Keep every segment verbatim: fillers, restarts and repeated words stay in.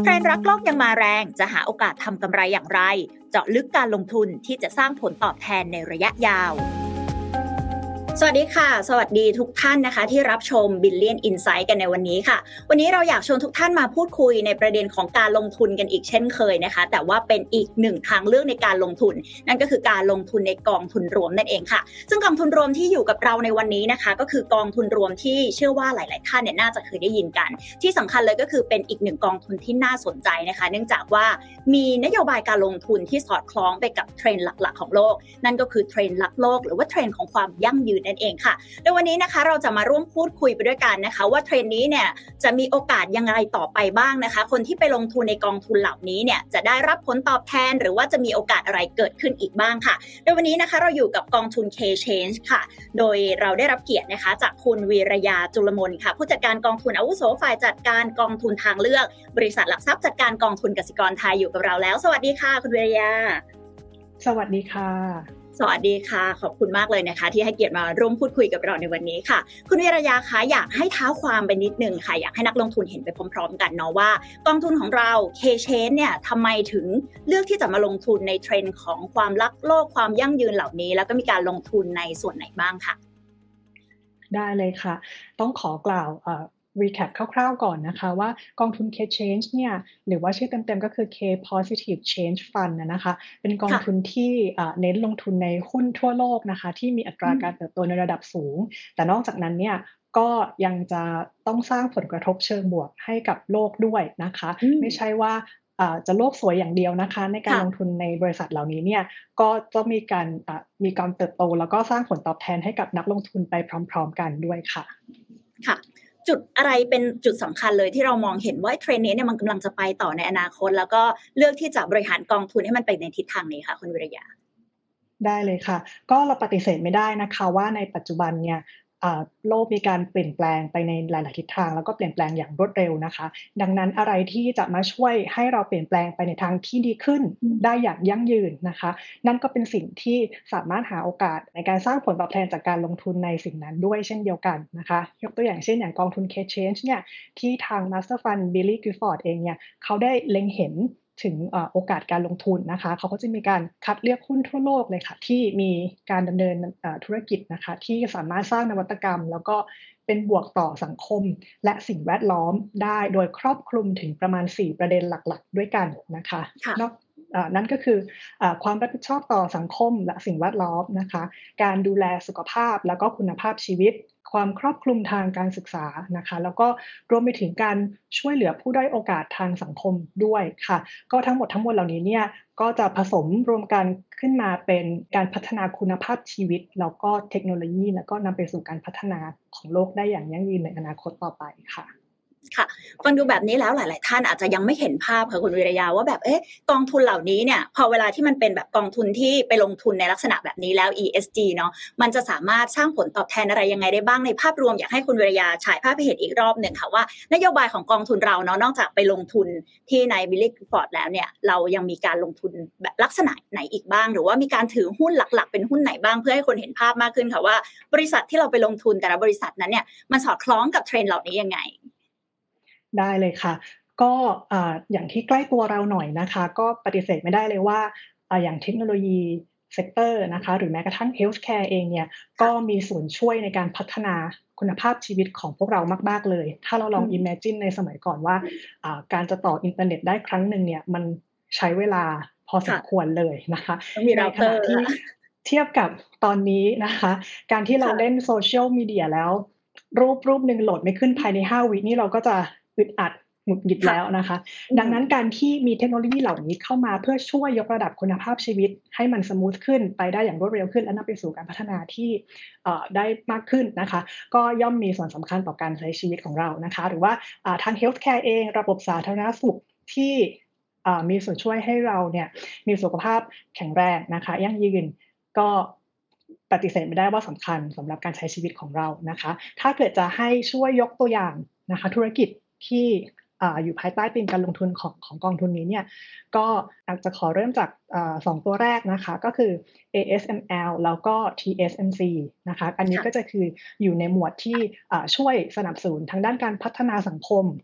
รนด์รักโลกยังมาแรงจะหาโอกาสทำกำไรอย่างไรเจาะลึกการลงทุนที่จะสร้างผลตอบแทนในระยะยาวสวัสดีค่ะสวัสดีทุกท่านนะคะที่รับชม Billion Insight กันในวันนี้ค่ะวันนี้เราอยากชวนทุกท่านมาพูดคุยในประเด็นของการลงทุนกันอีกเช่นเคยนะคะแต่ว่าเป็นอีกหนึ่งทางเลือกในการลงทุนนั่นก็คือการลงทุนในกองทุนรวมนั่นเองค่ะซึ่งกองทุนรวมที่อยู่กับเราในวันนี้นะคะก็คือกองทุนรวมที่เชื่อว่าหลายๆท่านเนี่ยน่าจะเคยได้ยินกันที่สำคัญเลยก็คือเป็นอีกหนึ่งกองทุนที่น่าสนใจนะคะเนื่องจากว่ามีนโยบายการลงทุนที่สอดคล้องไปกับเทรนด์หลักๆของโลกนั่นก็คือเทรนด์รักโลกหรือว่าเทรนด์ของความยั่งยืนนั่นเองค่ะในวันนี้นะคะเราจะมาร่วมพูดคุยไปด้วยกันนะคะว่าเทรนด์นี้เนี่ยจะมีโอกาสยังไงต่อไปบ้างนะคะคนที่ไปลงทุนในกองทุนเหล่านี้เนี่ยจะได้รับผลตอบแทนหรือว่าจะมีโอกาสอะไรเกิดขึ้นอีกบ้างค่ะในวันนี้นะคะเราอยู่กับกองทุน K-Change ค่ะโดยเราได้รับเกียรตินะคะจากคุณวีรยาจุลมนค่ะผู้จัดการกองทุนอาวุโสฝ่ายจัดการกองทุนทางเลือกบริษัทหลักทรัพย์จัดการกองทุนกสิกรไทยอยู่กับเราแล้วสวัสดีค่ะคุณวีรยาสวัสดีค่ะสวัสดีค่ะขอบคุณมากเลยนะคะที่ให้เกียรติมาร่วมพูดคุยกับเราในวันนี้ค่ะคุณวีรยาคะอยากให้เท้าความไปนิดนึงค่ะอยากให้นักลงทุนเห็นไปพร้อมๆกันเนาะว่ากองทุนของเรา K-Change เนี่ยทำไมถึงเลือกที่จะมาลงทุนในเทรนด์ของความรักโลกความยั่งยืนเหล่านี้แล้วก็มีการลงทุนในส่วนไหนบ้างค่ะได้เลยค่ะต้องขอกล่าวเอ่อrecap คร่าวๆก่อนนะคะว่ากองทุน K-Change เนี่ยหรือว่าชื่อเต็มๆก็คือ K Positive Change Fund นะคะเป็นกองทุนที่เน้นลงทุนในหุ้นทั่วโลกนะคะที่มีอัตราการเติบโตในระดับสูงแต่นอกจากนั้นเนี่ยก็ยังจะต้องสร้างผลกระทบเชิงบวกให้กับโลกด้วยนะคะไม่ใช่ว่าจะโลกสวยอย่างเดียวนะคะในการลงทุนในบริษัทเหล่านี้เนี่ยก็ต้องมีการมีการเติบโตแล้วก็สร้างผลตอบแทนให้กับนักลงทุนไปพร้อมๆกันด้วยค่ะค่ะจุดอะไรเป็นจุดสำคัญเลยที่เรามองเห็นว่าเทรนด์นี้เนี่ยมันกำลังจะไปต่อในอนาคตแล้วก็เลือกที่จะบริหารกองทุนให้มันไปในทิศทางนี้ค่ะคุณวิริยาได้เลยค่ะก็เราปฏิเสธไม่ได้นะคะว่าในปัจจุบันเนี่ยโลกมีการเปลี่ยนแปลงไปในหลายๆทิศทางแล้วก็เปลี่ยนแปลงอย่างรวดเร็วนะคะดังนั้นอะไรที่จะมาช่วยให้เราเปลี่ยนแปลงไปในทางที่ดีขึ้นได้อย่างยั่งยืนนะคะนั่นก็เป็นสิ่งที่สามารถหาโอกาสในการสร้างผลตอบแทนจากการลงทุนในสิ่งนั้นด้วยเช่นเดียวกันนะคะยกตัวอย่างเช่นอย่างกองทุน K-Change เนี่ยที่ทาง Master Fund Billy Gifford เองเนี่ยเขาได้เล็งเห็นถึงโอกาสการลงทุนนะคะเขาก็จะมีการคัดเลือกหุ้นทั่วโลกเลยค่ะที่มีการดำเนินธุรกิจนะคะที่สามารถสร้างนวัตกรรมแล้วก็เป็นบวกต่อสังคมและสิ่งแวดล้อมได้โดยครอบคลุมถึงประมาณสี่ประเด็นหลักๆด้วยกันนะคะนอกนั่นก็คือความรับผิดชอบต่อสังคมและสิ่งแวดล้อมนะคะการดูแลสุขภาพแล้วก็คุณภาพชีวิตความครอบคลุมทางการศึกษานะคะแล้วก็รวมไปถึงการช่วยเหลือผู้ด้อยโอกาสทางสังคมด้วยค่ะก็ทั้งหมดทั้งมวลเหล่านี้เนี่ยก็จะผสมรวมกันขึ้นมาเป็นการพัฒนาคุณภาพชีวิตแล้วก็เทคโนโลยีแล้วก็นำไปสู่การพัฒนาของโลกได้อย่างยั่งยืนในอนาคตต่อไปค่ะค่ะฟังดูแบบนี้แล้วหลายๆท่านอาจจะยังไม่เห็นภาพค่ะคุณวิรยาว่าแบบเอ๊ะกองทุนเหล่านี้เนี่ยพอเวลาที่มันเป็นแบบกองทุนที่ไปลงทุนในลักษณะแบบนี้แล้ว อี เอส จี เนาะมันจะสามารถสร้างผลตอบแทนอะไรยังไงได้บ้างในภาพรวมอยากให้คุณวิรยาฉายภาพให้เห็นอีกรอบหนึ่งค่ะว่านโยบายของกองทุนเราเนาะนอกจากไปลงทุนที่ใน Billy Gifford แล้วเนี่ยเรายังมีการลงทุนแบบลักษณะไหนอีกบ้างหรือว่ามีการถือหุ้นหลักๆเป็นหุ้นไหนบ้างเพื่อให้คนเห็นภาพมากขึ้นค่ะว่าบริษัทที่เราไปลงทุนแต่ละบริษัทนั้นเนี่ยมันสอดคล้องกับเทรนด์เหล่านี้ยังไงได้เลยค่ะก็อย่างที่ใกล้ตัวเราหน่อยนะคะก็ปฏิเสธไม่ได้เลยว่าอย่างเทคโนโลยีเซกเตอร์นะคะหรือแม้กระทั่งเฮลท์แคร์เองเนี่ยก็มีส่วนช่วยในการพัฒนาคุณภาพชีวิตของพวกเรามากๆเลยถ้าเราลอง imagine ในสมัยก่อนว่าการจะต่ออินเทอร์เน็ตได้ครั้งหนึ่งเนี่ยมันใช้เวลาพอสมควรเลยนะคะในขณะที่เทียบกับตอนนี้นะคะการที่เราเล่นโซเชียลมีเดียแล้วรูปรูปนึงโหลดไม่ขึ้นภายในห้าวินี่เราก็จะอึดอัดหงุดหงิดแล้วนะคะดังนั้นการที่มีเทคโนโลยีเหล่านี้เข้ามาเพื่อช่วยยกระดับคุณภาพชีวิตให้มันสมูทขึ้นไปได้อย่างรวดเร็วขึ้นและนำไปสู่การพัฒนาที่ได้มากขึ้นนะคะก็ย่อมมีส่วนสำคัญต่อการใช้ชีวิตของเรานะคะหรือว่าทางเฮลท์แคร์เองระบบสาธารณสุขที่มีส่วนช่วยให้เราเนี่ยมีสุขภาพแข็งแรงนะคะยั่งยืนก็ปฏิเสธไม่ได้ว่าสำคัญสำหรับการใช้ชีวิตของเรานะคะถ้าเกิดจะให้ช่วยยกตัวอย่างนะคะธุรกิจที่อยู่ภายใต้ธีมการลงทุนของของกองทุนนี้เนี่ยก็อยากจะขอเริ่มจากสองตัวแรกนะคะก็คือ เอ เอส เอ็ม แอล แล้วก็ ที เอส เอ็ม ซี นะคะอันนี้ก็จะคืออยู่ในหมวดที่ช่วยสนับสนุนทางด้านการพัฒนาสังคมร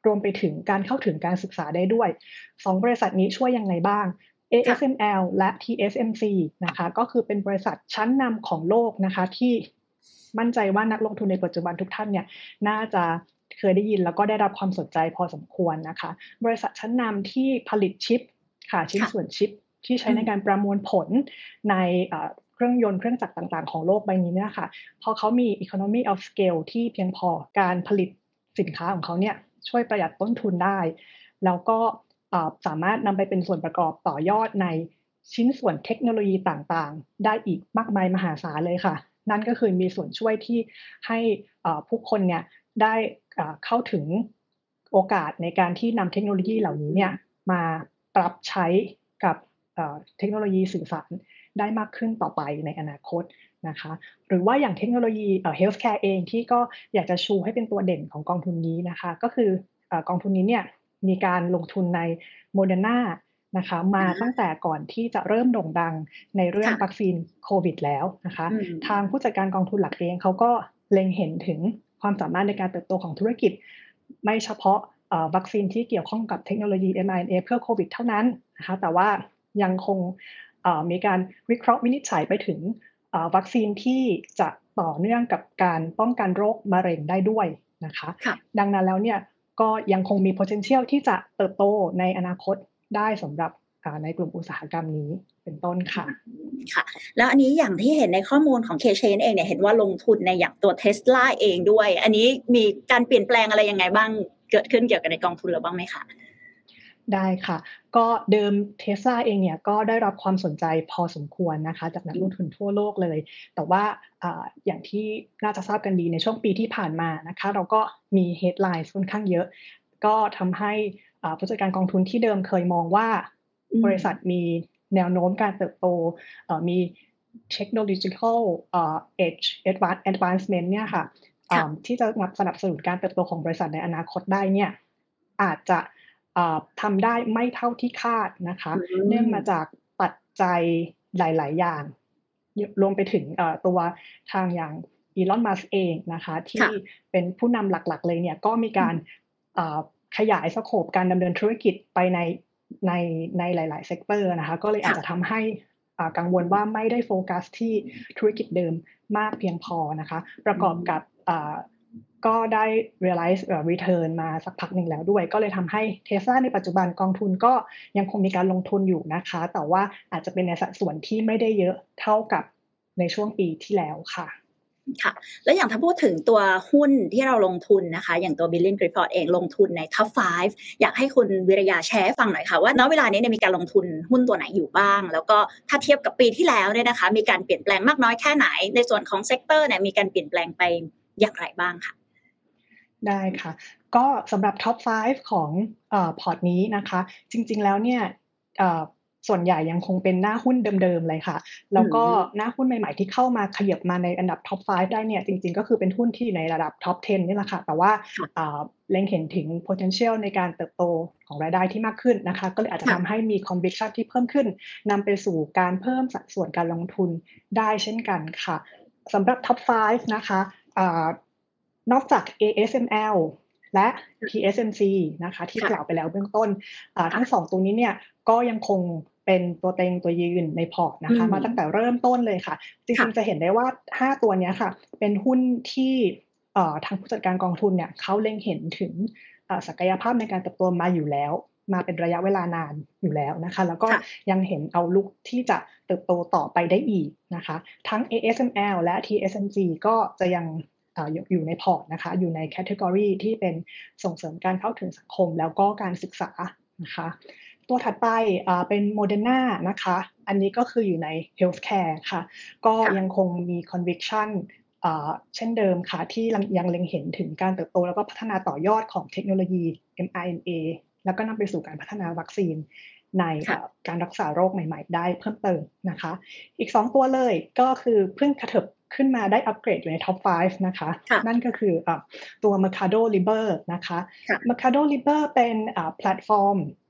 รวมไปถึงการเข้าถึงการศึกษาได้ด้วยสองบริษัทนี้ช่วยยังไงบ้าง เอ เอส เอ็ม แอล และ ที เอส เอ็ม ซี นะคะก็คือเป็นบริษัทชั้นนำของโลกนะคะที่มั่นใจว่านักลงทุนในปัจจุบันทุกท่านเนี่ยน่าจะเคยได้ยินแล้วก็ได้รับความสนใจพอสมควรนะคะบริษัทชั้นนำที่ผลิตชิปค่ะชิ้นส่วนชิปที่ใช้ในการประมวลผลในเครื่องยนต์เครื่องจักรต่างๆของโลกใบนี้เนี่ยค่ะพอเขามี economy of scale ที่เพียงพอการผลิตสินค้าของเขาเนี่ยช่วยประหยัดต้นทุนได้แล้วก็สามารถนำไปเป็นส่วนประกอบต่อยอดในชิ้นส่วนเทคโนโลยีต่างๆได้อีกมากมายมหาศาลเลยค่ะนั่นก็คือมีส่วนช่วยที่ให้ผู้คนเนี่ยได้เข้าถึงโอกาสในการที่นำเทคโนโลยีเหล่านี้เนี่ยมาปรับใช้กับเทคโนโลยีสื่อสารได้มากขึ้นต่อไปในอนาคตนะคะหรือว่าอย่างเทคโนโลยีเอ่อ healthcare เองที่ก็อยากจะชูให้เป็นตัวเด่นของกองทุนนี้นะคะก็คือเอ่อกองทุนนี้เนี่ยมีการลงทุนใน Moderna นะคะมาตั้งแต่ก่อนที่จะเริ่มโด่งดังในเรื่องวัคซีนโควิดแล้วนะคะทางผู้จัดการกองทุนหลักเองเขาก็เล็งเห็นถึงความสามารถในการเติบโตของธุรกิจไม่เฉพาะวัคซีนที่เกี่ยวข้องกับเทคโนโลยี เอ็ม อาร์ เอ็น เอ เพื่อโควิดเท่านั้นนะคะแต่ว่ายังคงมีการวิเคราะห์วินิจฉัยไปถึงวัคซีนที่จะต่อเนื่องกับการป้องกันโรคมะเร็งได้ด้วยนะคะดังนั้นแล้วเนี่ยก็ยังคงมี potential ที่จะเติบโตในอนาคตได้สำหรับในกลุ่มอุตสาหกรรมนี้เป็นต้นค่ะค่ะแล้วอันนี้อย่างที่เห็นในข้อมูลของ K-Chain เองเนี่ยเห็นว่าลงทุนในอย่างตัว Tesla เองด้วยอันนี้มีการเปลี่ยนแปลงอะไรยังไงบ้างเกิดขึ้นเกี่ยวกับในกองทุนเราบ้างไหมคะได้ค่ะก็เดิม Tesla เองเนี่ยก็ได้รับความสนใจพอสมควรนะคะจากนักลงทุนทั่วโลกเลยแต่ว่า อ, อย่างที่น่าจะทราบกันดีในช่วงปีที่ผ่านมานะคะเราก็มี headline ค่อนข้างเยอะก็ทำให้ผู้จัดการกองทุนที่เดิมเคยมองว่าบริษัทมีแนวโน้มการเติบโตมี technological edge advancement เนี่ยค่ะที่จะสนับสนุนการเติบโตของบริษัทในอนาคตได้เนี่ยอาจจะทำได้ไม่เท่าที่คาดนะคะเนื่องมาจากปัจจัยหลายๆอย่างรวมไปถึงตัวทางอย่างอีลอนมัสก์เองนะคะที่เป็นผู้นำหลักๆเลยเนี่ยก็มีการขยายสโคปการดำเนินธุรกิจไปในในในหลายๆเซกเตอร์นะคะก็เลยอาจจะทำให้กังวลว่าไม่ได้โฟกัสที่ธุรกิจเดิมมากเพียงพอนะคะประกอบกับก็ได้ realize return มาสักพักหนึ่งแล้วด้วยก็เลยทำให้ Tesla ในปัจจุบันกองทุนก็ยังคงมีการลงทุนอยู่นะคะแต่ว่าอาจจะเป็นในสัดส่วนที่ไม่ได้เยอะเท่ากับในช่วงปีที่แล้วค่ะค่ะแล้วอย่างถ้าพูดถึงตัวหุ้นที่เราลงทุนนะคะอย่างตัว Billion Report เองลงทุนใน Top ไฟว์ อยากให้คุณวิริยาแชร์ฟังหน่อยค่ะว่าณเวลานี้เนี่ยมีการลงทุนหุ้นตัวไหนอยู่บ้างแล้วก็ถ้าเทียบกับปีที่แล้วเนี่ยนะคะมีการเปลี่ยนแปลงมากน้อยแค่ไหนในส่วนของเซกเตอร์เนี่ยมีการเปลี่ยนแปลงไปอย่างไรบ้างค่ะได้ค่ะก็สำหรับ Top ไฟว์ ของเอ่อพอร์ตนี้นะคะจริงๆแล้วเนี่ยเอ่อส่วนใหญ่ยังคงเป็นหน้าหุ้นเดิมๆเลยค่ะแล้วก็หน้าหุ้นใหม่ๆที่เข้ามาขยับมาในอันดับ Top ไฟว์ ได้เนี่ยจริงๆก็คือเป็นหุ้นที่อยู่ในระดับ Top สิบนี่แหละค่ะแต่ว่าเอ่อเล็งเห็นถึง potential ในการเติบโตของรายได้ที่มากขึ้นนะคะก็เลยอาจจะทำให้มี conviction ที่เพิ่มขึ้นนำไปสู่การเพิ่มสัดส่วนการลงทุนได้เช่นกันค่ะสำหรับ Top ไฟว์ นะคะเอ่อนอกจาก เอ เอส เอ็ม แอล และ ที เอส เอ็ม ซี นะคะที่กล่าวไปแล้วเบื้องต้นทั้งสองตัวนี้เนี่ยก็ยังคงเป็นตัวเต็งตัวยืนในพอร์ตนะคะมาตั้งแต่เริ่มต้นเลยค่ะจริงๆจะเห็นได้ว่าห้าตัวนี้ค่ะเป็นหุ้นที่ทางผู้จัดการกองทุนเนี่ยเขาเล็งเห็นถึงศักยภาพในการเติบโตมาอยู่แล้วมาเป็นระยะเวลานานอยู่แล้วนะคะแล้วก็ยังเห็นเอาลุกที่จะเติบโตต่อไปได้อีกนะคะทั้ง เอ เอส เอ็ม แอล และ ที เอส เอ็ม ซี ก็จะยังอยู่ในพอร์ตนะคะอยู่ในแคตตากรีที่เป็นส่งเสริมการเข้าถึงสังคมแล้วก็การศึกษานะคะตัวถัดไปเป็น Moderna นะคะอันนี้ก็คืออยู่ใน Healthcare ค่ะก็ยังคงมี conviction เช่นเดิมค่ะที่ยังเล็งเห็นถึงการเติบโตแล้วก็พัฒนาต่อยอดของเทคโนโลยี เอ็ม อาร์ เอ็น เอ แล้วก็นำไปสู่การพัฒนาวัคซีนในการรักษาโรคใหม่ๆได้เพิ่มเติมนะคะอีกสองตัวเลยก็คือเพิ่งกระเถิบขึ้นมาได้อัปเกรดอยู่ใน Top ไฟว์ นะคะนั่นก็คือตัว Mercado Libre นะคะ Mercado Libre เป็นแพลตฟอร์ม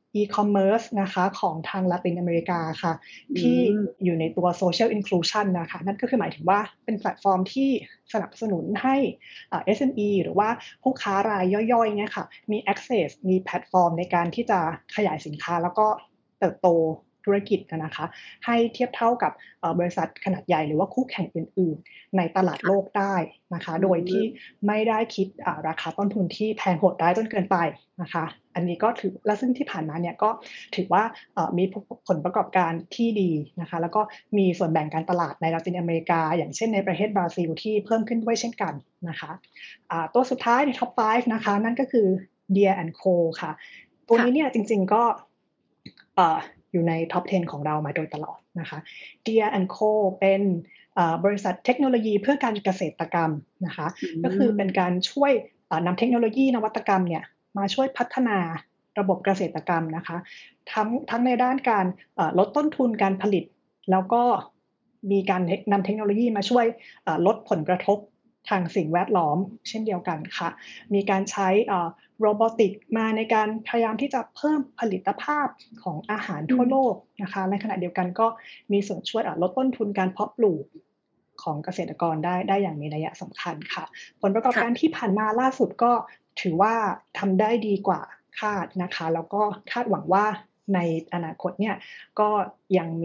e-commerce นะคะของทางละตินอเมริกาค่ะที่อยู่ในตัว social inclusion นะคะนั่นก็คือหมายถึงว่าเป็นแพลตฟอร์มที่สนับสนุนให้ เอส เอ็ม อี หรือว่าผู้ค้ารายย่อยๆเนี่ยค่ะมี access มีแพลตฟอร์มในการที่จะขยายสินค้าแล้วก็เติบโตธุรกิจนะคะให้เทียบเท่ากับบริษัทขนาดใหญ่หรือว่าคู่แข่งอื่นๆในตลาดโลกได้นะคะโดยที่ไม่ได้คิดราคาต้นทุนที่แพงโหดร้ายจนเกินไปนะคะอันนี้ก็ถือและซึ่งที่ผ่านมาเนี่ยก็ถือว่ามีผลประกอบการที่ดีนะคะแล้วก็มีส่วนแบ่งการตลาดในละตินอเมริกาอย่างเช่นในประเทศบราซิลที่เพิ่มขึ้นด้วยเช่นกันนะคะตัวสุดท้ายในท็อปไฟว์นะคะนั่นก็คือ Deere แอนด์ Co ค่ะตัวนี้เนี่ยจริงๆก็อยู่ในท็อปสิบของเรามาโดยตลอดนะคะ Deere แอนด์ Co เป็นบริษัทเทคโนโลยีเพื่อการเกษตรกรรมนะคะก็คือเป็นการช่วยนำเทคโนโลยีนวัตกรรมเนี่ยมาช่วยพัฒนาระบบเกษตรกรรมนะคะทั้งทั้งในด้านการลดต้นทุนการผลิตแล้วก็มีการนำเทคโนโลยีมาช่วยลดผลกระทบทางสิ่งแวดล้อมเช่นเดียวกันค่ะมีการใช้โรบอติกมาในการพยายามที่จะเพิ่มผลิตภาพของอาหารทั่วโลกนะคะในขณะเดียวกันก็มีส่วนช่วยลดต้นทุนการเพาะปลูกของเกษตรกรได้ได้อย่างมีนัยสำคัญค่ะผลประกอบการที่ผ่านมาล่าสุดก็ถือว่าทำได้ดีกว่าคาดนะคะแล้วก็คาดหวังว่าในอนาคตเนี่ยก็ยังมี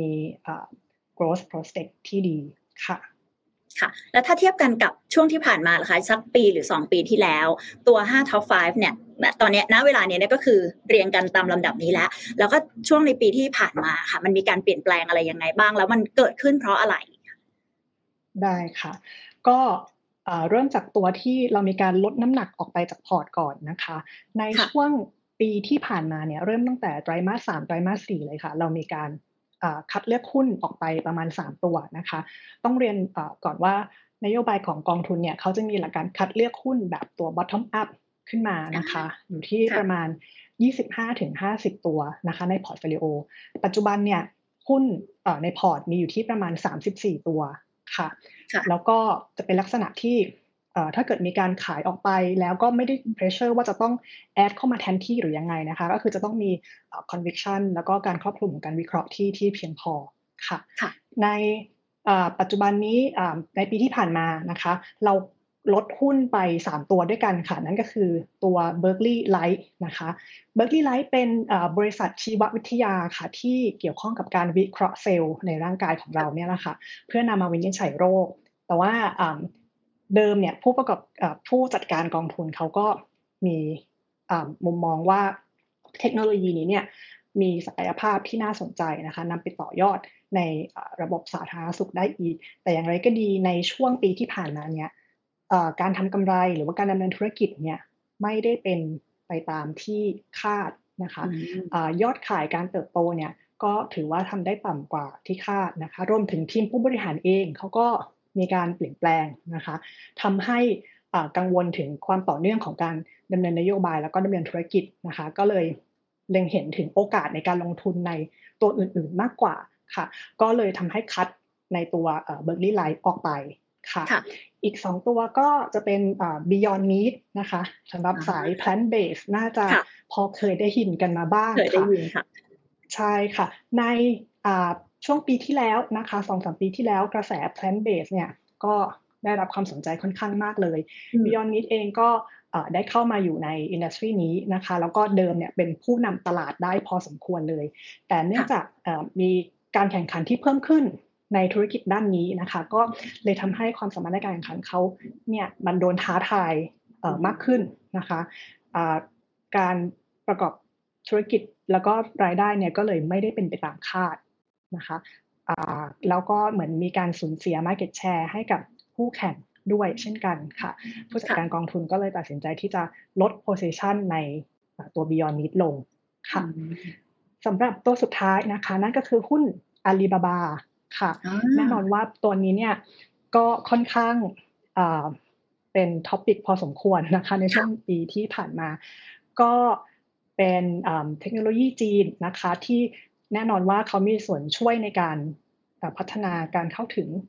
growth prospect ที่ดีค่ะค่ะแล้วถ้าเทียบกันกับช่วงที่ผ่านมาล่ะคะสักปีหรือสองปีที่แล้วตัวห้า Top ห้าเนี่ยตอนนี้ณเวลานี้เนี่ยก็คือเรียงกันตามลำดับนี้แล้วแล้วก็ช่วงในปีที่ผ่านมาค่ะมันมีการเปลี่ยนแปลงอะไรยังไงบ้างแล้วมันเกิดขึ้นเพราะอะไรได้ค่ะก็เริ่มจากตัวที่เรามีการลดน้ำหนักออกไปจากพอร์ตก่อนนะคะในช่วงปีที่ผ่านมาเนี่ยเริ่มตั้งแต่ไตรมาสสามไตรมาสสี่เลยค่ะเรามีการคัดเลือกหุ้นออกไปประมาณสามตัวนะคะต้องเรียนก่อนว่านโยบายของกองทุนเนี่ยเขาจะมีหลักการคัดเลือกหุ้นแบบตัว bottom up ขึ้นมานะคะอยู่ที่ประมาณ ยี่สิบห้าถึงห้าสิบ ตัวนะคะในพอร์ตโฟลิโอปัจจุบันเนี่ยหุ้นในพอร์ตมีอยู่ที่ประมาณสามสิบสี่ตัวค่ะแล้วก็จะเป็นลักษณะที่ถ้าเกิดมีการขายออกไปแล้วก็ไม่ได้ pressure ว่าจะต้อง add เข้ามาแทนที่หรือยังไงนะคะก็คือจะต้องมี conviction แล้วก็การครอบคลุมของการวิเคราะห์ที่ที่เพียงพอค่ะในปัจจุบันนี้ในปีที่ผ่านมานะคะเราลดหุ้นไปสามตัวด้วยกันค่ะนั่นก็คือตัว Berkeley Lights นะคะ Berkeley Lights เป็นบริษัทชีววิทยาค่ะที่เกี่ยวข้องกับการวิเคราะห์เซลล์ในร่างกายของเราเนี่ยแหละค่ะเพื่อนำมาวินิจฉัยโรคแต่ว่าเดิมเนี่ยผู้ประกอบผู้จัดการกองทุนเขาก็มีมุมมองว่าเทคโนโลยีนี้เนี่ยมีศักยภาพที่น่าสนใจนะคะนำไปต่อยอดในระบบสาธารณสุขได้อีกแต่อย่างไรก็ดีในช่วงปีที่ผ่านมาเนี่ยการทำกำไรหรือว่าการดำเนินธุรกิจเนี่ยไม่ได้เป็นไปตามที่คาดนะคะยอดขายการเติบโตเนี่ยก็ถือว่าทำได้ต่ำกว่าที่คาดนะคะรวมถึงทีมผู้บริหารเองเขาก็มีการเปลี่ยนแปลงนะคะทำให้กังวลถึงความต่อเนื่องของการดำเนินนโยบายแล้วก็ดำเนินธุรกิจนะคะก็เลยเล็งเห็นถึงโอกาสในการลงทุนในตัวอื่นๆมากกว่าค่ะก็เลยทำให้คัดในตัว Berkeley Lights ออกไปค่ะอีกสองตัวก็จะเป็น Beyond Meat นะคะสำหรับสาย plant based น่าจะพอเคยได้ยินกันมาบ้างค่ะใช่ค่ะในช่วงปีที่แล้วนะคะ สองถึงสาม ปีที่แล้วกระแส plant based เนี่ยก็ได้รับความสนใจค่อนข้างมากเลย Beyond Meat เองก็ได้เข้ามาอยู่ในอินดัสทรีนี้นะคะแล้วก็เดิมเนี่ยเป็นผู้นำตลาดได้พอสมควรเลยแต่เนื่องจากมีการแข่งขันที่เพิ่มขึ้นในธุรกิจด้านนี้นะคะก็เลยทำให้ความสามารถในการแข่งขันเขาเนี่ยมันโดนท้าทายมากขึ้นนะคะการประกอบธุรกิจแล้วก็รายได้เนี่ยก็เลยไม่ได้เป็นไปตามคาดนะคะแล้วก็เหมือนมีการสูญเสีย market share ให้กับคู่แข่งด้วยเช่นกันค่ะผู้จัดการกองทุนก็เลยตัดสินใจที่จะลด position ในตัว Beyond Meat ลงค่ะสำหรับตัวสุดท้ายนะคะนั่นก็คือหุ้น Alibaba ค่ะแน่นอนว่าตัวนี้เนี่ยก็ค่อนข้างเป็นท็อปิกพอสมควรนะคะในช่วงปีที่ผ่านมาก็เป็นเทคโนโลยีจีนนะคะที่แน่นอนว่าเขามีส่วนช่วยในการพัฒนาการเข้าถึง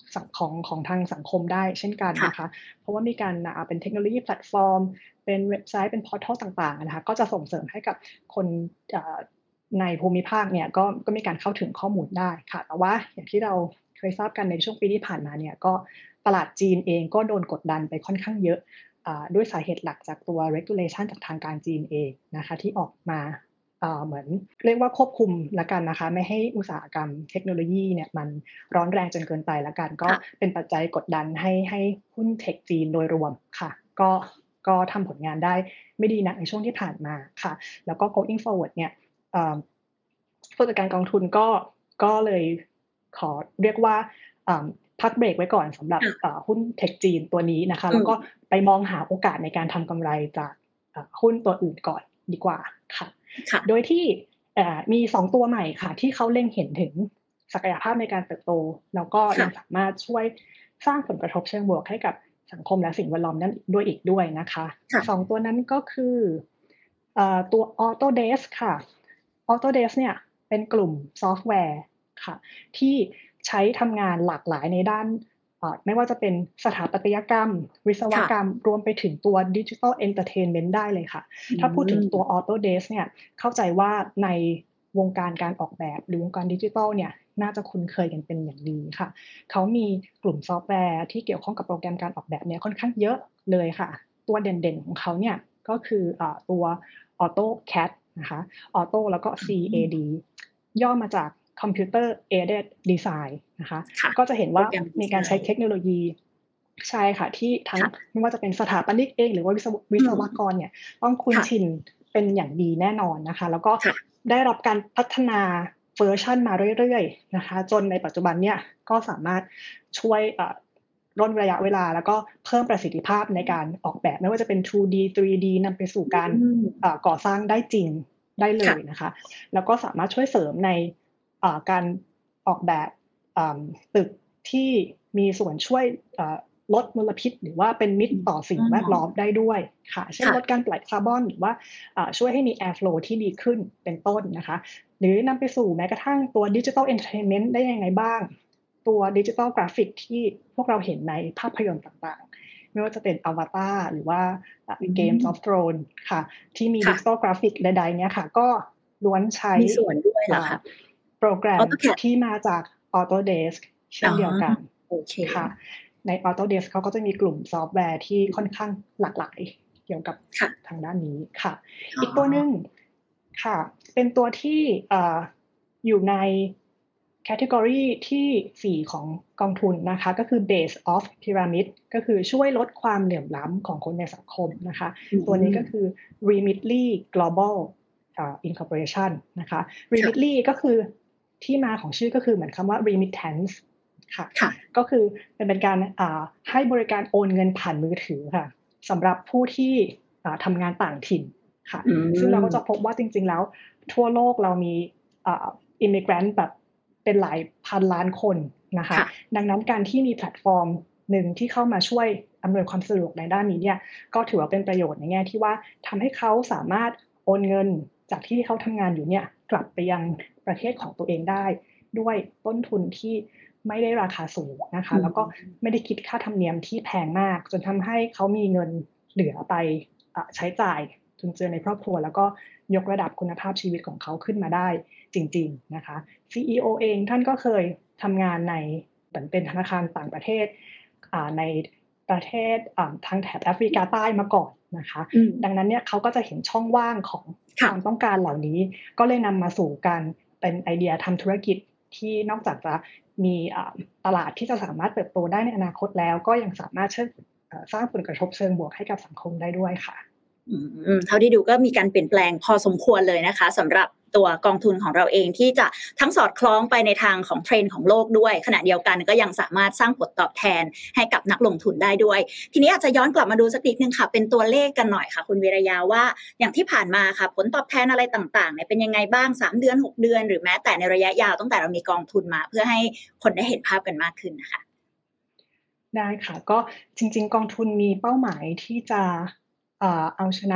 ของของทางสังคมได้เช่นกันนะคะเพราะว่ามีการเป็นเทคโนโลยีแพลตฟอร์มเป็นเว็บไซต์เป็นพอร์ทัลต่างๆนะคะก็จะส่งเสริมให้กับคนในภูมิภาคเนี่ยก็ก็มีการเข้าถึงข้อมูลได้ค่ะแต่ว่าอย่างที่เราเคยทราบกันในช่วงปีที่ผ่านมาเนี่ยก็ตลาดจีนเองก็โดนกดดันไปค่อนข้างเยอะด้วยสาเหตุหลักจากตัว regulation จากทางการจีนเองนะคะที่ออกมาเหมือนเรียกว่าควบคุมละกันนะคะไม่ให้อุตสาหกรรมเทคโนโลยีเนี่ยมันร้อนแรงจนเกินไปละกันก็เป็นปัจจัยกดดันให้ให้หุ้นเทคจีนโดยรวมค่ะก็ก็ทำผลงานได้ไม่ดีนักในช่วงที่ผ่านมาค่ะแล้วก็ going forward เนี่ยผู้จัดการกองทุนก็ก็เลยขอเรียกว่าพักเบรกไว้ก่อนสำหรับหุ้นเทคจีนตัวนี้นะคะแล้วก็ไปมองหาโอกาสในการทำกำไรจากหุ้นตัวอื่นก่อนดีกว่าค่ะโดยที่มีสองตัวใหม่ค่ะที่เขาเล็งเห็นถึงศักยภาพในการเติบโตแล้วก็ยังสามารถช่วยสร้างผลกระทบเชิงบวกให้กับสังคมและสิ่งแวดล้อมนั้นด้วยอีกด้วยนะคะสองตัวนั้นก็คือตัว Autodesk ค่ะ Autodesk เนี่ยเป็นกลุ่มซอฟต์แวร์ค่ะที่ใช้ทำงานหลากหลายในด้านไม่ว่าจะเป็นสถาปัตยกรรมวิศวกรรมรวมไปถึงตัว Digital Entertainment ได้เลยค่ะถ้าพูดถึงตัว Autodesk เนี่ยเข้าใจว่าในวงการการออกแบบหรือวงการดิจิทัลเนี่ยน่าจะคุ้นเคยกันเป็นอย่างดีค่ะเขามีกลุ่มซอฟต์แวร์ที่เกี่ยวข้องกับโปรแกรมการออกแบบเนี่ยค่อนข้างเยอะเลยค่ะตัวเด่นๆของเขาเนี่ยก็คือตัว AutoCAD นะคะ Auto แล้วก็ ซี เอ ดี ย่อมาจาก Computer Aided Design นะคะก็จะเห็นว่ามีการใช้เทคโนโลยีใช่ค่ะที่ทั้งไม่ว่าจะเป็นสถาปนิกเองหรือว่าวิศวกรเนี่ยต้องคุ้นชินเป็นอย่างดีแน่นอนนะคะแล้วก็ได้รับการพัฒนาเวอร์ชันมาเรื่อยๆนะคะจนในปัจจุบันเนี่ยก็สามารถช่วยร่นระยะเวลาแล้วก็เพิ่มประสิทธิภาพในการออกแบบไม่ว่าจะเป็น ทู ดี ทรี ดี นำไปสู่การก่อสร้างได้จริงได้เลยนะคะแล้วก็สามารถช่วยเสริมในการออกแบบตึกที่มีส่วนช่วยลดมลพิษหรือว่าเป็นมิตรต่อสิ่งแวดล้อมได้ด้วยค่ะเช่นลดการปล่อยคาร์บอนหรือว่าช่วยให้มี air flow ที่ดีขึ้นเป็นต้นนะคะหรือนำไปสู่แม้กระทั่งตัว Digital Entertainment ได้ยังไงบ้างตัว Digital Graphic ที่พวกเราเห็นในภาพยนตร์ต่างๆไม่ว่าจะเป็น Avatar หรือว่า Game of Thrones ค่ะที่มี Digital Graphic ใดๆเนี่ยค่ะก็ล้วนใช้มีส่วนด้วยเหรอคะโปรแกรมที่มาจาก Autodesk เช่นเดียวกันค่ะใน Autodesk เขาก็จะมีกลุ่มซอฟต์แวร์ที่ค่อนข้างหลากหลายเกี่ยวกับทางด้านนี้ค่ะอีกตัวนึงค่ะเป็นตัวที่อยู่ในแคตตากรีที่สี่ของกองทุนนะคะก็คือ Base of Pyramid ก็คือช่วยลดความเหลื่อมล้ำของคนในสังคมนะคะตัวนี้ก็คือ Remitly Global Incorporation นะคะ Remitly ก็คือที่มาของชื่อก็คือเหมือนคำว่า remittance ค่ะก็คือเป็นเป็นการให้บริการโอนเงินผ่านมือถือค่ะสำหรับผู้ที่ทำงานต่างถิ่นค่ะซึ่งเราก็จะพบว่าจริงๆแล้วทั่วโลกเรามีอิมมิเกรนต์แบบเป็นหลายพันล้านคนนะคะดังนั้นการที่มีแพลตฟอร์มหนึ่งที่เข้ามาช่วยอำนวยความสะดวกในด้านนี้เนี่ยก็ถือว่าเป็นประโยชน์ในแง่ที่ว่าทำให้เขาสามารถโอนเงินจากที่เขาทำงานอยู่เนี่ยกลับไปยังประเทศของตัวเองได้ด้วยต้นทุนที่ไม่ได้ราคาสูงนะคะแล้วก็ไม่ได้คิดค่าธรรมเนียมที่แพงมากจนทำให้เขามีเงินเหลือไปใช้จ่ายจุนเจือในครอบครัวแล้วก็ยกระดับคุณภาพชีวิตของเขาขึ้นมาได้จริงๆนะคะ ซี อี โอ เองท่านก็เคยทำงานในเป็นธนาคารต่างประเทศในประเทศทางแถบแอฟริกาใต้มาก่อนนะคะดังนั้นเนี่ยเขาก็จะเห็นช่องว่างของความต้องการเหล่านี้ก็เลยนำมาสู่การเป็นไอเดียทำธุรกิจที่นอกจากจะมีตลาดที่จะสามารถเติบโตได้ในอนาคตแล้วก็ยังสามารถสร้างผลกระทบเชิงบวกให้กับสังคมได้ด้วยค่ะเท่าที่ดูก็มีการเปลี่ยนแปลงพอสมควรเลยนะคะสำหรับตัวกองทุนของเราเองที่จะทั้งสอดคล้องไปในทางของเทรนด์ของโลกด้วยขณะเดียวกันก็ยังสามารถสร้างผลตอบแทนให้กับนักลงทุนได้ด้วยทีนี้อาจจะย้อนกลับมาดูสักนิดนึงค่ะเป็นตัวเลขกันหน่อยค่ะคุณวีรยาว่าอย่างที่ผ่านมาค่ะผลตอบแทนอะไรต่างๆเนี่ยเป็นยังไงบ้างสามเดือนหกเดือนหรือแม้แต่ในระยะยาวตั้งแต่เรามีกองทุนมาเพื่อให้คนได้เห็นภาพกันมากขึ้นนะคะได้ค่ะก็จริงๆกองทุนมีเป้าหมายที่จะเอาชนะ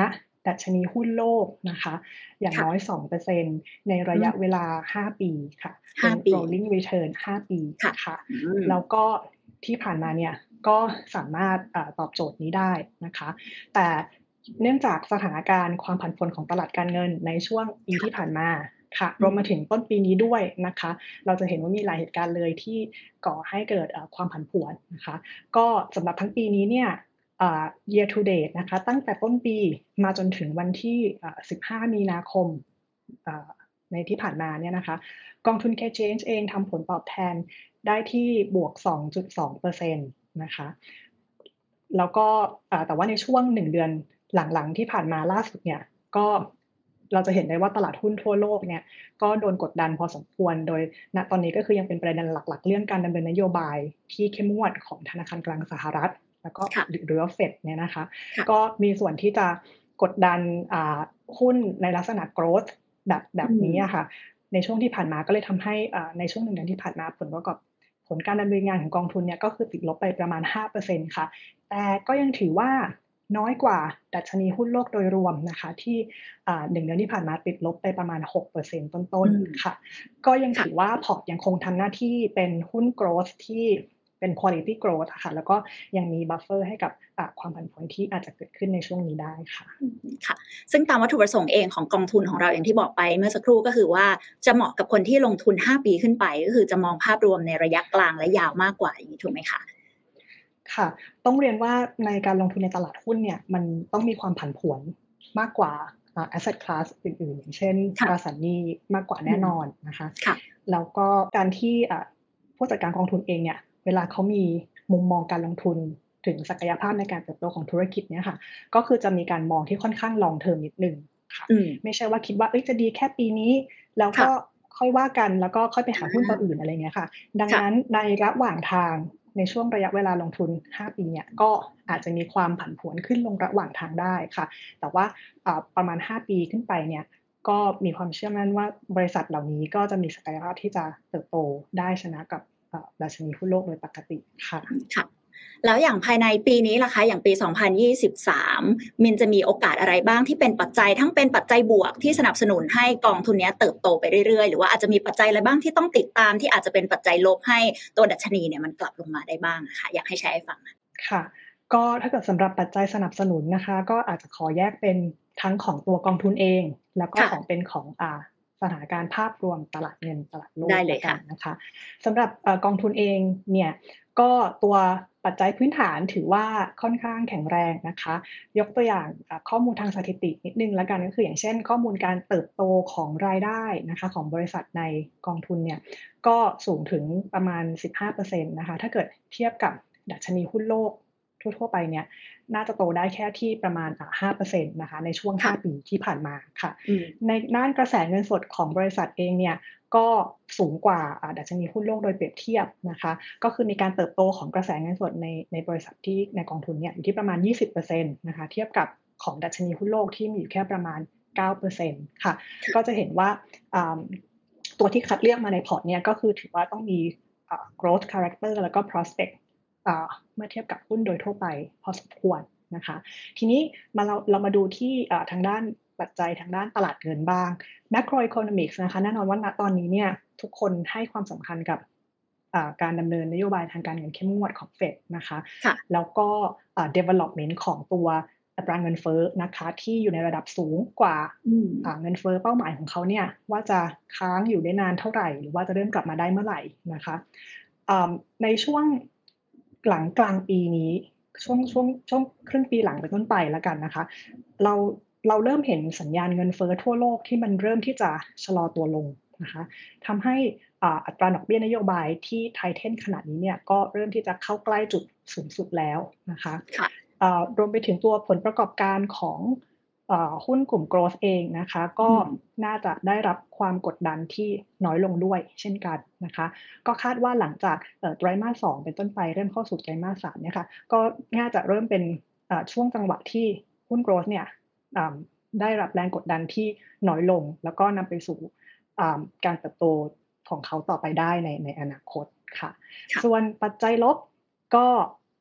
ดัชนีหุ้นโลกนะคะอย่างน้อย สองเปอร์เซ็นต์ ในระยะเวลาห้าปีค่ะเป็น rolling return ห้าปีค่ะแล้วก็ที่ผ่านมาเนี่ยก็สามารถตอบโจทย์นี้ได้นะคะแต่เนื่องจากสถานการณ์ความผันผวนของตลาดการเงินในช่วงปีที่ผ่านมาค่ะรวมมาถึงต้นปีนี้ด้วยนะคะเราจะเห็นว่ามีหลายเหตุการณ์เลยที่ก่อให้เกิดความผันผวนนะคะก็สำหรับทั้งปีนี้เนี่ยyear to date นะคะตั้งแต่ต้นปีมาจนถึงวันที่สิบห้ามีนาคมในที่ผ่านมาเนี่ยนะคะกองทุน K-Change เองทำผลตอบแทนได้ที่บวก สองจุดสองเปอร์เซ็นต์ นะคะแล้วก็แต่ว่าในช่วงหนึ่งเดือนหลังๆที่ผ่านมาล่าสุดเนี่ยก็เราจะเห็นได้ว่าตลาดหุ้นทั่วโลกเนี่ยก็โดนกดดันพอสมควรโดยณตอนนี้ก็คือยังเป็นประเด็นหลักๆเรื่องการดำเนินนโยบายที่เข้มงวดของธนาคารกลางสหรัฐแล้วก็หรือว่าเฟดเนี่ยนะคะก็มีส่วนที่จะกดดันหุ้นในลักษณะ growth แบบแบบนี้ค่ะในช่วงที่ผ่านมาก็เลยทำให้ในช่วงหนึ่งเดือนที่ผ่านมาผลประกอบผลการดำเนินงานของกองทุนเนี่ยก็คือติดลบไปประมาณ ห้าเปอร์เซ็นต์ ค่ะแต่ก็ยังถือว่าน้อยกว่าดัชนีหุ้นโลกโดยรวมนะคะที่หนึ่งเดือนที่ผ่านมาติดลบไปประมาณ หกเปอร์เซ็นต์ ต้นๆค่ะก็ยังถือว่าพอร์ตยังคงทำหน้าที่เป็นหุ้น growth ที่เป็น quality growth ค่ะแล้วก็ยังมี buffer ให้กับความผันผวนที่อาจจะเกิดขึ้นในช่วงนี้ได้ค่ะค่ะซึ่งตามวัตถุประสงค์เองของกองทุนของเราอย่างที่บอกไปเมื่อสักครู่ก็คือว่าจะเหมาะกับคนที่ลงทุนห้าปีขึ้นไปก็คือจะมองภาพรวมในระยะกลางและยาวมากกว่าอย่างนี้ถูกไหมคะค่ะต้องเรียนว่าในการลงทุนในตลาดหุ้นเนี่ยมันต้องมีความผันผวนมากกว่า asset class อื่นๆอย่างเช่นตราสารหนี้มากกว่าแน่นอนนะคะแล้วก็การที่ผู้จัดการกองทุนเองเนี่ยเวลาเขามีมุมมองการลงทุนถึงศักยภาพในการเติบโตของธุรกิจเนี่ยค่ะก็คือจะมีการมองที่ค่อนข้าง long term นิดนึงค่ะไม่ใช่ว่าคิดว่าเอ้ยจะดีแค่ปีนี้แล้วก็ค่อยว่ากันแล้วก็ค่อยไปหาหุ้นตัวอื่นอะไรเงี้ยค่ะดังนั้นในระหว่างทางในช่วงระยะเวลาลงทุนห้าปีเนี่ยก็อาจจะมีความผันผวนขึ้นลงระหว่างทางได้ค่ะแต่ว่าประมาณห้าปีขึ้นไปเนี่ยก็มีความเชื่อมั่นว่าบริษัทเหล่านี้ก็จะมีศักยภาพที่จะเติบโตได้ชนะกับดัชนีหุ้นโลกโดยปกติค่ะค่ะแล้วอย่างภายในปีนี้ล่ะคะอย่างปีสองพันยี่สิบสามมินจะมีโอกาสอะไรบ้างที่เป็นปัจจัยทั้งเป็นปัจจัยบวกที่สนับสนุนให้กองทุนนี้เติบโตไปเรื่อยๆหรือว่าอาจจะมีปัจจัยอะไรบ้างที่ต้องติดตามที่อาจจะเป็นปัจจัยลบให้ตัวดัชนีเนี่ยมันกลับลงมาได้บ้างค่ะอยากให้แชร์ให้ฟังค่ะก็ถ้าเกิดสำหรับปัจจัยสนับสนุนนะคะก็อาจจะขอแยกเป็นทั้งของตัวกองทุนเองแล้วก็ของเป็นของอ่าสถานการณ์ภาพรวมตลาดเงินตลาดโลกได้เลยค่ะนะคะสำหรับกองทุนเองเนี่ยก็ตัวปัจจัยพื้นฐานถือว่าค่อนข้างแข็งแรงนะคะยกตัวอย่างข้อมูลทางสถิตินิดนึงแล้วกันก็คืออย่างเช่นข้อมูลการเติบโตของรายได้นะคะของบริษัทในกองทุนเนี่ยก็สูงถึงประมาณ สิบห้าเปอร์เซ็นต์ นะคะถ้าเกิดเทียบกับดัชนีหุ้นโลกทั่วๆไปเนี่ยน่าจะโตได้แค่ที่ประมาณ ห้าเปอร์เซ็นต์ นะคะในช่วงห้าปีที่ผ่านมาค่ะในด้านกระแสเงินสดของบริษัทเองเนี่ยก็สูงกว่าดัชนีหุ้นโลกโดยเปรียบเทียบนะคะก็คือมีการเติบโตของกระแสเงินสดในในบริษัทที่ในกองทุนเนี่ยอยู่ที่ประมาณ ยี่สิบเปอร์เซ็นต์ นะคะเทียบกับของดัชนีหุ้นโลกที่มีอยู่แค่ประมาณ เก้าเปอร์เซ็นต์ ค่ะก็จะเห็นว่าตัวที่คัดเลือกมาในพอร์ตเนี่ยก็คือถือว่าต้องมี growth character แล้วก็ prospectเมื่อเทียบกับหุ้นโดยทั่วไปพอสมควรนะคะทีนี้มาเราเรามาดูที่ทางด้านปัจจัยทางด้านตลาดเงินบ้าง macroeconomics นะคะแน่นอนว่าณตอนนี้เนี่ยทุกคนให้ความสำคัญกับการดำเนินนโยบายทางการเงินเข้มงวดของเฟดนะคะแล้วก็ development ของตัวอัตราเงินเฟ้อนะคะที่อยู่ในระดับสูงกว่าเงินเฟ้อเป้าหมายของเขาเนี่ยว่าจะค้างอยู่ได้นานเท่าไหร่หรือว่าจะเริ่มกลับมาได้เมื่อไหร่นะคะในช่วงหลังกลางปีนี้ช่วงช่วงช่วงครึ่งปีหลังเป็นต้นไปแล้วกันนะคะเราเราเริ่มเห็นสัญญาณเงินเฟ้อทั่วโลกที่มันเริ่มที่จะชะลอตัวลงนะคะทำให้อัตราดอกเบี้ยนโยบายที่ไทเทนขณะนี้เนี่ยก็เริ่มที่จะเข้าใกล้จุดสูงสุดแล้วนะคะรวมไปถึงตัวผลประกอบการของหุ้นกลุ่ม growth เองนะคะก็น่าจะได้รับความกดดันที่น้อยลงด้วยเช่นกันนะคะก็คาดว่าหลังจากไตรมาสสองเป็นต้นไปเริ่มเข้าสู่ไตรมาสสามเนี่ยค่ะก็น่าจะเริ่มเป็นช่วงจังหวะที่หุ้น growth เนี่ยได้รับแรงกดดันที่น้อยลงแล้วก็นำไปสู่การเติบโตของเขาต่อไปได้ในในอนาคตค่ะส่วนปัจจัยลบก็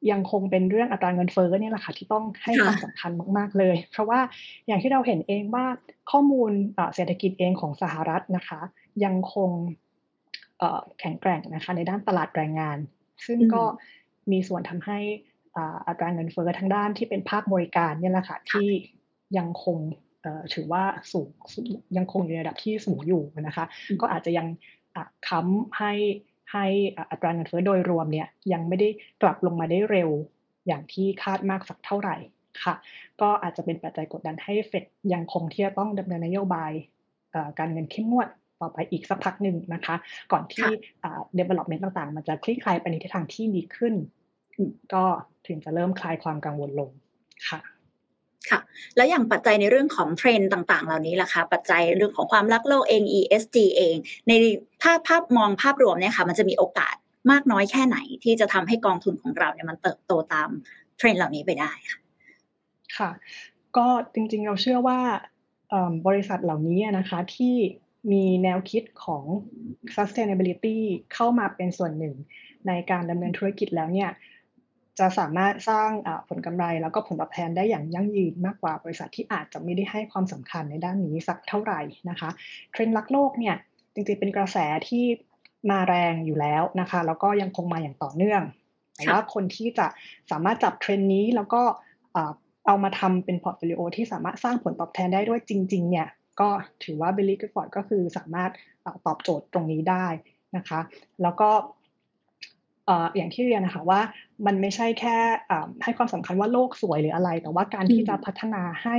ยังคงเป็นเรื่องอัตราเงินเฟ้อเนี่ยแหละค่ะที่ต้องให้ความสำคัญมากๆเลยเพราะว่าอย่างที่เราเห็นเองว่าข้อมูลเศรษฐกิจเองของสหรัฐนะคะยังคงแข็งแกร่งนะคะในด้านตลาดแรงงานซึ่งก็มีส่วนทำให้อัตราเงินเฟ้อทางด้านที่เป็นภาคบริการเนี่ยแหละค่ะที่ยังคงถือว่าสูงยังคงอยู่ในระดับที่สูงอยู่นะคะก็อาจจะยังค้ำให้ให้อัตราเงินเฟ้อโดยรวมเนี่ยยังไม่ได้กลับลงมาได้เร็วอย่างที่คาดมากสักเท่าไหร่ค่ะก็อาจจะเป็นปัจจัยกดดันให้เฟดยังคงที่จะต้องดำเนินนโยบายการเงินเข้มงวดต่อไปอีกสักพักหนึ่งนะคะก่อนที่ development ต่างๆมันจะคลี่คลายไปในทิศทางที่ดีขึ้นก็ถึงจะเริ่มคลายความกังวลลงค่ะค่ะแล้วอย่างปัจจัยในเรื่องของเทรนด์ต่างๆเหล่านี้ล่ะคะปัจจัยเรื่องของความรักโลกเอง อี เอส จี เองในถ้าภาพมองภาพรวมเนี่ยค่ะมันจะมีโอกาสมากน้อยแค่ไหนที่จะทำให้กองทุนของเราเนี่ยมันเติบโตตามเทรนด์เหล่านี้ไปได้ค่ะค่ะก็จริงๆเราเชื่อว่าบริษัทเหล่านี้นะคะที่มีแนวคิดของ sustainability เข้ามาเป็นส่วนหนึ่งในการดำเนินธุรกิจแล้วเนี่ยจะสามารถสร้างผลกำไรแล้วก็ผลตอบแทนได้อย่างยั่งยืนมากกว่าบริษัทที่อาจจะไม่ได้ให้ความสำคัญในด้านนี้สักเท่าไหร่นะคะเทรนด์รักโลกเนี่ยจริงๆเป็นกระแสที่มาแรงอยู่แล้วนะคะแล้วก็ยังคงมาอย่างต่อเนื่องแต่ว่าคนที่จะสามารถจับเทรนด์นี้แล้วก็เอามาทำเป็นพอร์ตโฟลิโอที่สามารถสร้างผลตอบแทนได้ด้วยจริงๆเนี่ยก็ถือว่า Billy Gifford ก็คือสามารถตอบโจทย์ตรงนี้ได้นะคะแล้วก็อย่างที่เรียนนะคะว่ามันไม่ใช่แค่ให้ความสำคัญว่าโลกสวยหรืออะไรแต่ว่าการที่จะพัฒนาให้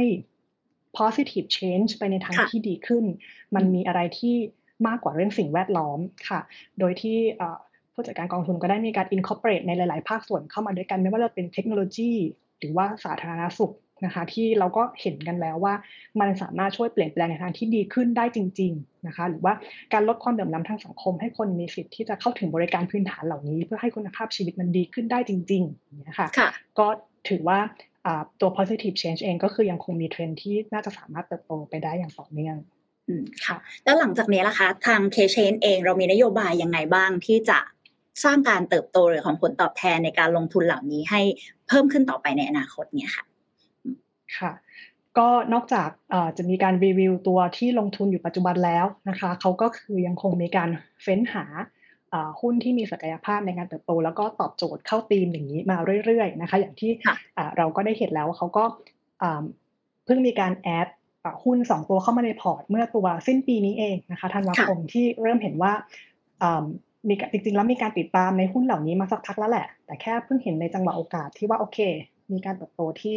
positive change ไปในทางที่ดีขึ้นมันมีอะไรที่มากกว่าเรื่องสิ่งแวดล้อมค่ะโดยที่ผู้จัดการกองทุนก็ได้มีการ incorporate ในหลายๆภาคส่วนเข้ามาด้วยกันไม่ว่าจะเป็นเทคโนโลยีหรือว่าสาธารณสุขนะคะที่เราก็เห็นกันแล้วว่ามันสามารถช่วยเปลี่ยนแปลงในทางที่ดีขึ้นได้จริงๆนะคะหรือว่าการลดความเหลื่อมล้ำทางสังคมให้คนมีสิทธิ์ที่จะเข้าถึงบริการพื้นฐานเหล่านี้เพื่อให้คุณภาพชีวิตมันดีขึ้นได้จริงๆนะคะก็ถือว่าตัว positive change เองก็คือยังคงมีเทรนด์ที่น่าจะสามารถเติบโตไปได้อย่างต่อเนื่องค่ะแล้วหลังจากนี้ล่ะคะทาง K-Chain เองเรามีนโยบายยังไงบ้างที่จะสร้างการเติบโตหรือของผลตอบแทนในการลงทุนเหล่านี้ให้เพิ่มขึ้นต่อไปในอนาคตเนี่ยค่ะค่ะก็นอกจากจะมีการรีวิวตัวที่ลงทุนอยู่ปัจจุบันแล้วนะคะเขาก็คือยังคงมีการเฟ้นหาหุ้นที่มีศักยภาพในการเติบโตแล้วก็ตอบโจทย์เข้าธีมอย่างนี้มาเรื่อยๆนะคะอย่างที่เราก็ได้เห็นแล้วว่าเขาก็เพิ่งมีการแอดหุ้นสองตัวเข้ามาในพอร์ตเมื่อตัวสิ้นปีนี้เองนะคะธันวาคมที่เริ่มเห็นว่ามีจริงๆแล้วมีการติดตามในหุ้นเหล่านี้มาสักพักแล้วแหละแต่แค่เพิ่งเห็นในจังหวะโอกาสที่ว่าโอเคมีการเติบโตที่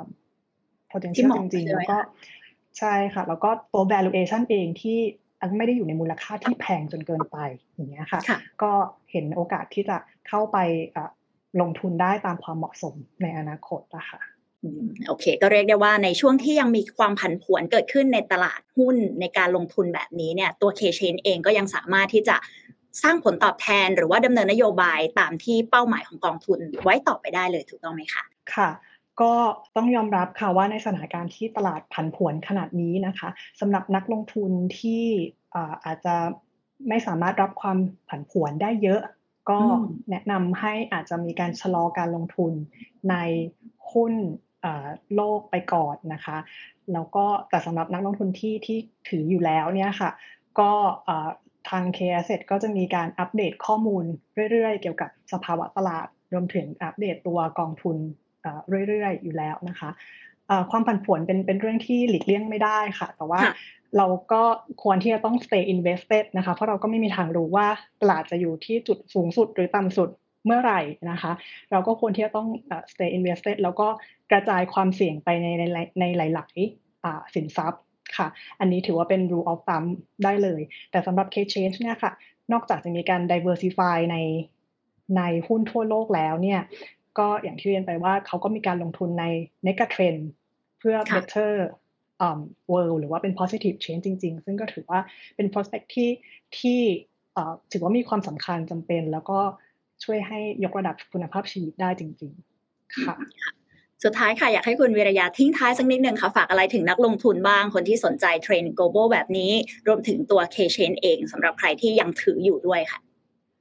potential จริงๆแล้วก็ใช่ค่ะแล้วก็ตัว valuation เองที่ไม่ได้อยู่ในมูลค่าที่แพงจนเกินไปอย่างเงี้ยค่ะก็เห็นโอกาสที่จะเข้าไปลงทุนได้ตามความเหมาะสมในอนาคตนะคะโอเคก็เรียกได้ว่าในช่วงที่ยังมีความผันผวนเกิดขึ้นในตลาดหุ้นในการลงทุนแบบนี้เนี่ยตัว K-Chain เองก็ยังสามารถที่จะสร้างผลตอบแทนหรือว่าดำเนินนโยบายตามที่เป้าหมายของกองทุนไว้ต่อไปได้เลยถูกต้องไหมคะค่ะก็ต้องยอมรับค่ะว่าในสถานการณ์ที่ตลาดผันผวนขนาดนี้นะคะสำหรับนักลงทุนที่อาจจะไม่สามารถรับความผันผวนได้เยอะก็แนะนำให้อาจจะมีการชะลอการลงทุนในหุ้นโลกไปก่อนนะคะแล้วก็แต่สำหรับนักลงทุนที่ที่ถืออยู่แล้วเนี่ยค่ะก็ทาง K Asset ก็จะมีการอัปเดตข้อมูลเรื่อยๆเกี่ยวกับสภาวะตลาดรวมถึงอัปเดตตัวกองทุนเรื่อยๆอยู่แล้วนะคะความผันผวนเป็นเป็นเรื่องที่หลีกเลี่ยงไม่ได้ค่ะแต่ว่าเราก็ควรที่จะต้อง stay invested นะคะเพราะเราก็ไม่มีทางรู้ว่าตลาดจะอยู่ที่จุดสูงสุดหรือต่ำสุดเมื่อไหร่นะคะเราก็ควรที่จะต้อง stay invested แล้วก็กระจายความเสี่ยงไปในในในหลายๆสินทรัพย์ค่ะอันนี้ถือว่าเป็น rule of thumb ได้เลยแต่สำหรับ K-Change เนี่ยค่ะนอกจากจะมีการ diversify ในในหุ้นทั่วโลกแล้วเนี่ยก็อย่างที่เรียนไปว่าเขาก็มีการลงทุนใน mega trend เพื่อ better um, world หรือว่าเป็น positive change จริงๆซึ่งก็ถือว่าเป็น prospect ที่ที่ถือว่ามีความสำคัญจำเป็นแล้วก็ช่วยให้ยกระดับคุณภาพชีวิตได้จริงๆค่ะสุดท้ายค่ะอยากให้คุณวิรยาทิ้งท้ายสักนิดนึงค่ะฝากอะไรถึงนักลงทุนบ้างคนที่สนใจเทรนด์ global แบบนี้รวมถึงตัว K-Chain เองสำหรับใครที่ยังถืออยู่ด้วยค่ะ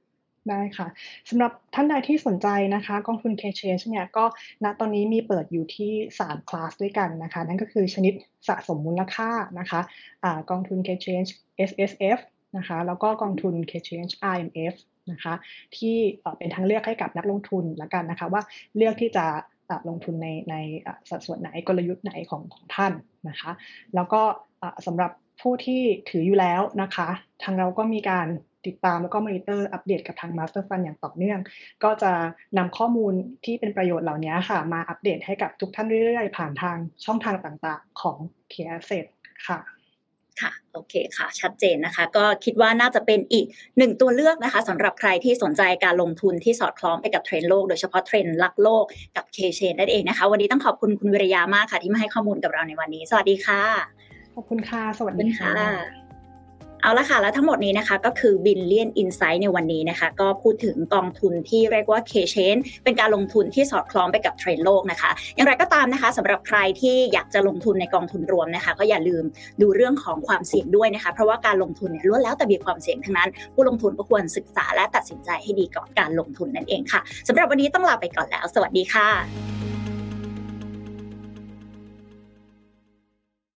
ได้ค่ะสำหรับท่านใดที่สนใจนะคะกองทุน K-Change เนี่ยก็ณตอนนี้มีเปิดอยู่ที่สามคลาสด้วยกันนะคะนั่นก็คือชนิดสะสมมูลค่านะคะอ่ากองทุน K-Change เอส เอส เอฟ นะคะแล้วก็กองทุน K-Change อาร์ เอ็ม เอฟ นะคะที่เอ่อเป็นทางเลือกให้กับนักลงทุนแล้วกันนะคะว่าเลือกที่จะอ่าลงทุนในในอ่าสัดส่วนไหนกลยุทธ์ไหนของของท่านนะคะแล้วก็อ่าสำหรับผู้ที่ถืออยู่แล้วนะคะทางเราก็มีการติดตามแล้วก็มอนิเตอร์อัปเดตกับทาง Master Fund อย่างต่อเนื่องก็จะนำข้อมูลที่เป็นประโยชน์เหล่านี้ค่ะมาอัปเดตให้กับทุกท่านเรื่อยๆผ่านทางช่องทางต่างๆของ K Asset ค่ะค่ะโอเคค่ะชัดเจนนะคะก็คิดว่าน่าจะเป็นอีกหนึ่งตัวเลือกนะคะสำหรับใครที่สนใจการลงทุนที่สอดคล้องไปกับเทรนด์โลกโดยเฉพาะเทรนด์รักโลกกับ K-Chain นั่นเองนะคะวันนี้ต้องขอบคุณคุณวิริยามากค่ะที่มาให้ข้อมูลกับเราในวันนี้สวัสดีค่ะขอบคุณค่ะสวัสดีค่ะเอาละค่ะแล้วทั้งหมดนี้นะคะก็คือ Billion Insight ในวันนี้นะคะก็พูดถึงกองทุนที่เรียกว่า K-Chain เป็นการลงทุนที่สอดคล้องไปกับเทรนด์โลกนะคะอย่างไรก็ตามนะคะสำหรับใครที่อยากจะลงทุนในกองทุนรวมนะคะก็อย่าลืมดูเรื่องของความเสี่ยงด้วยนะคะเพราะว่าการลงทุนเนี่ยล้วนแล้วแต่มีความเสี่ยงทั้งนั้นผู้ลงทุนก็ควรศึกษาและตัดสินใจให้ดีก่อนการลงทุนนั่นเองค่ะสำหรับวันนี้ต้องลาไปก่อนแล้วสวัสดีค่ะ